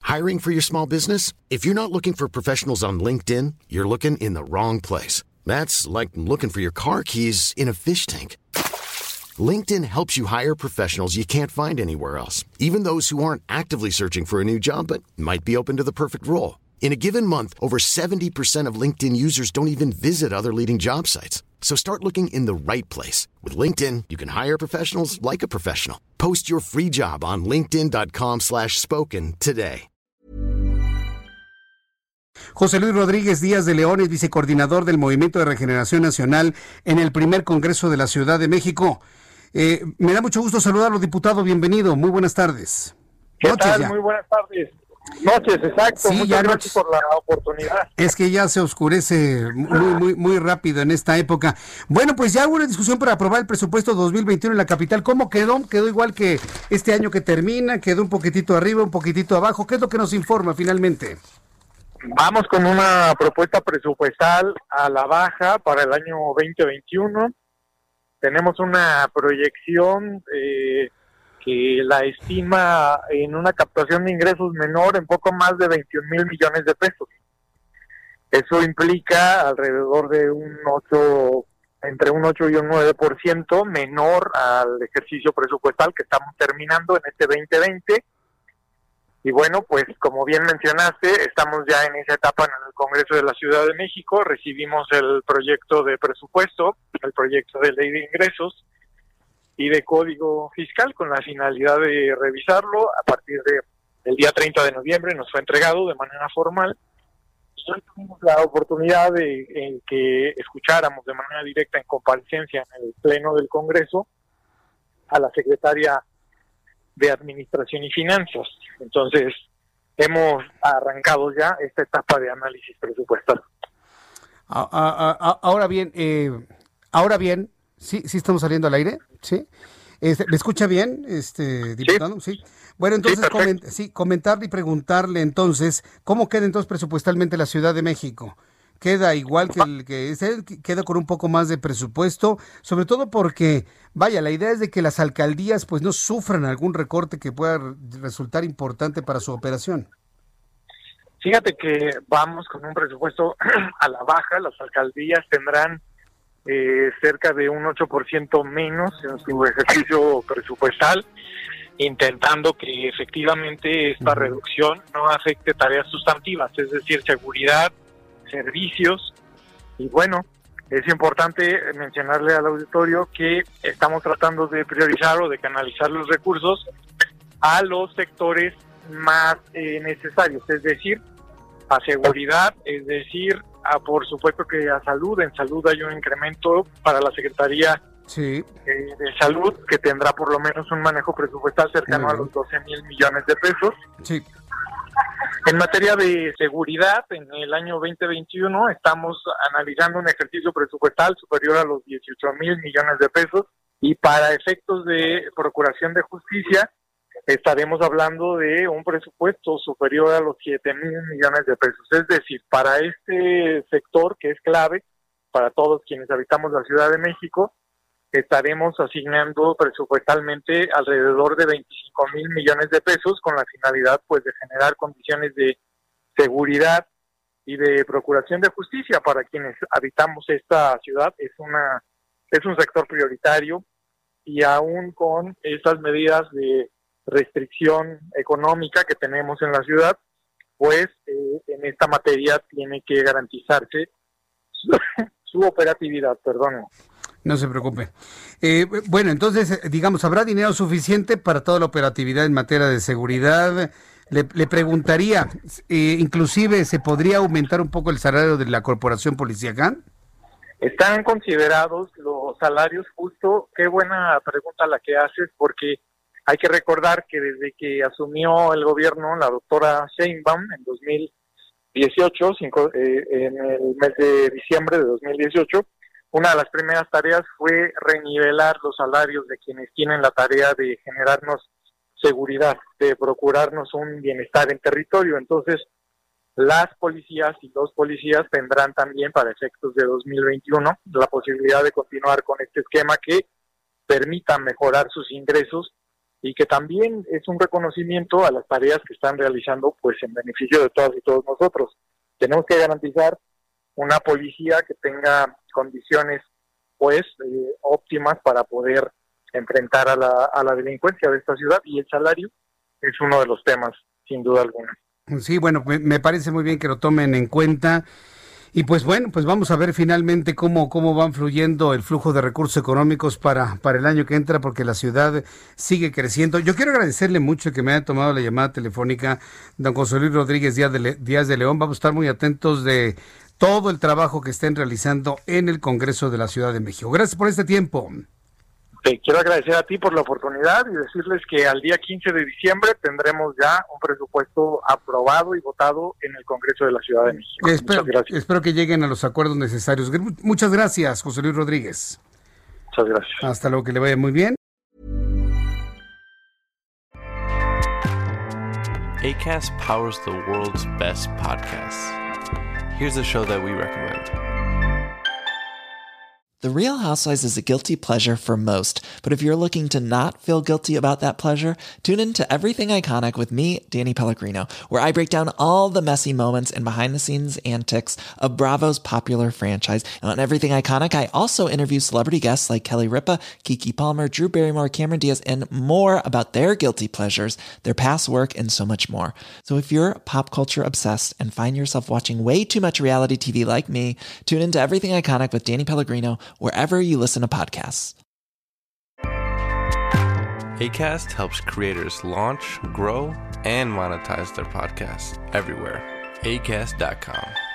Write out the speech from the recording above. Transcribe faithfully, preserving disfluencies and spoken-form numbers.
Hiring for your small business? If you're not looking for professionals on LinkedIn, you're looking in the wrong place. That's like looking for your car keys in a fish tank. LinkedIn helps you hire professionals you can't find anywhere else, even those who aren't actively searching for a new job but might be open to the perfect role. In a given month, over seventy percent of LinkedIn users don't even visit other leading job sites. So start looking in the right place. With LinkedIn, you can hire professionals like a professional. Post your free job on linkedin.com slash spoken today. José Luis Rodríguez Díaz de León es vicecoordinador del Movimiento de Regeneración Nacional en el primer Congreso de la Ciudad de México. Eh, me da mucho gusto saludarlo, diputado. Bienvenido. Muy buenas tardes. ¿Qué noches tal? Ya. Muy buenas tardes. Noches, exacto. Sí, Muchas ya gracias noches. por la oportunidad. Es que ya se oscurece muy, muy, muy rápido en esta época. Bueno, pues ya hubo una discusión para aprobar el presupuesto dos mil veintiuno en la capital. ¿Cómo quedó? ¿Quedó igual que este año que termina? ¿Quedó un poquitito arriba, un poquitito abajo? ¿Qué es lo que nos informa finalmente? Vamos con una propuesta presupuestal a la baja para el año veinte veintiuno. Tenemos una proyección eh, que la estima en una captación de ingresos menor en poco más de veintiún mil millones de pesos. Eso implica alrededor de un ocho, entre un ocho y un nueve por ciento menor al ejercicio presupuestal que estamos terminando en este veinte veinte. Y bueno, pues como bien mencionaste, estamos ya en esa etapa en el Congreso de la Ciudad de México. Recibimos el proyecto de presupuesto, el proyecto de ley de ingresos y de código fiscal con la finalidad de revisarlo. A partir de el día treinta de noviembre nos fue entregado de manera formal. Y hoy tuvimos la oportunidad de en que escucháramos de manera directa en comparecencia en el Pleno del Congreso a la secretaria de Administración y Finanzas. Entonces, hemos arrancado ya esta etapa de análisis presupuestal. Ahora bien, eh, ahora bien, sí, sí estamos saliendo al aire, ¿sí? Este, ¿Me escucha bien, este diputado? Sí. sí. Bueno, entonces, sí, coment- sí, comentarle y preguntarle entonces, ¿cómo queda entonces presupuestalmente la Ciudad de México? ¿Queda igual que el que es él? ¿Queda con un poco más de presupuesto? Sobre todo porque, vaya, la idea es de que las alcaldías pues no sufran algún recorte que pueda resultar importante para su operación. Fíjate que vamos con un presupuesto a la baja. Las alcaldías tendrán eh, cerca de un ocho por ciento menos en su ejercicio presupuestal, intentando que efectivamente esta uh-huh. reducción no afecte tareas sustantivas, es decir, seguridad, servicios. Y bueno, es importante mencionarle al auditorio que estamos tratando de priorizar o de canalizar los recursos a los sectores más eh, necesarios, es decir, a seguridad, es decir, a por supuesto que a salud. En salud hay un incremento para la Secretaría sí. eh, de Salud que tendrá por lo menos un manejo presupuestal cercano uh-huh. a los doce mil millones de pesos. Sí. En materia de seguridad, en el año veinte veintiuno estamos analizando un ejercicio presupuestal superior a los dieciocho mil millones de pesos, y para efectos de procuración de justicia estaremos hablando de un presupuesto superior a los siete mil millones de pesos. Es decir, para este sector que es clave para todos quienes habitamos la Ciudad de México, estaremos asignando presupuestalmente alrededor de veinticinco mil millones de pesos con la finalidad pues de generar condiciones de seguridad y de procuración de justicia para quienes habitamos esta ciudad. Es una es un sector prioritario, y aún con estas medidas de restricción económica que tenemos en la ciudad, pues eh, en esta materia tiene que garantizarse su, su operatividad, perdón. No se preocupe. Eh, bueno, entonces, digamos, ¿habrá dinero suficiente para toda la operatividad en materia de seguridad? Le, le preguntaría, eh, inclusive, ¿se podría aumentar un poco el salario de la corporación policíaca? Están considerados los salarios justo. Qué buena pregunta la que haces, porque hay que recordar que desde que asumió el gobierno la doctora Sheinbaum en dos mil dieciocho, cinco, eh, en el mes de diciembre de dos mil dieciocho, una de las primeras tareas fue renivelar los salarios de quienes tienen la tarea de generarnos seguridad, de procurarnos un bienestar en territorio. Entonces, las policías y los policías tendrán también para efectos de dos mil veintiuno la posibilidad de continuar con este esquema que permita mejorar sus ingresos y que también es un reconocimiento a las tareas que están realizando pues en beneficio de todas y todos nosotros. Tenemos que garantizar una policía que tenga condiciones pues eh, óptimas para poder enfrentar a la, a la delincuencia de esta ciudad, y el salario es uno de los temas, sin duda alguna. Sí, bueno, me, me parece muy bien que lo tomen en cuenta. Y pues bueno, pues vamos a ver finalmente cómo, cómo van fluyendo el flujo de recursos económicos para, para el año que entra, porque la ciudad sigue creciendo. Yo quiero agradecerle mucho que me haya tomado la llamada telefónica, don José Luis Rodríguez Díaz de, Le, Díaz de León. Vamos a estar muy atentos de todo el trabajo que estén realizando en el Congreso de la Ciudad de México. Gracias por este tiempo. Te quiero agradecer a ti por la oportunidad y decirles que al día quince de diciembre tendremos ya un presupuesto aprobado y votado en el Congreso de la Ciudad de México. Espero, Muchas gracias. Espero que lleguen a los acuerdos necesarios. Muchas gracias, José Luis Rodríguez. Muchas gracias. Hasta luego, que le vaya muy bien. Acast powers the world's best podcasts. Here's a show that we recommend. The Real Housewives is a guilty pleasure for most, but if you're looking to not feel guilty about that pleasure, tune in to Everything Iconic with me, Danny Pellegrino, where I break down all the messy moments and behind-the-scenes antics of Bravo's popular franchise. And on Everything Iconic, I also interview celebrity guests like Kelly Ripa, Keke Palmer, Drew Barrymore, Cameron Diaz, and more about their guilty pleasures, their past work, and so much more. So if you're pop culture obsessed and find yourself watching way too much reality T V like me, tune into Everything Iconic with Danny Pellegrino, wherever you listen to podcasts. Acast helps creators launch, grow, and monetize their podcasts everywhere. acast dot com.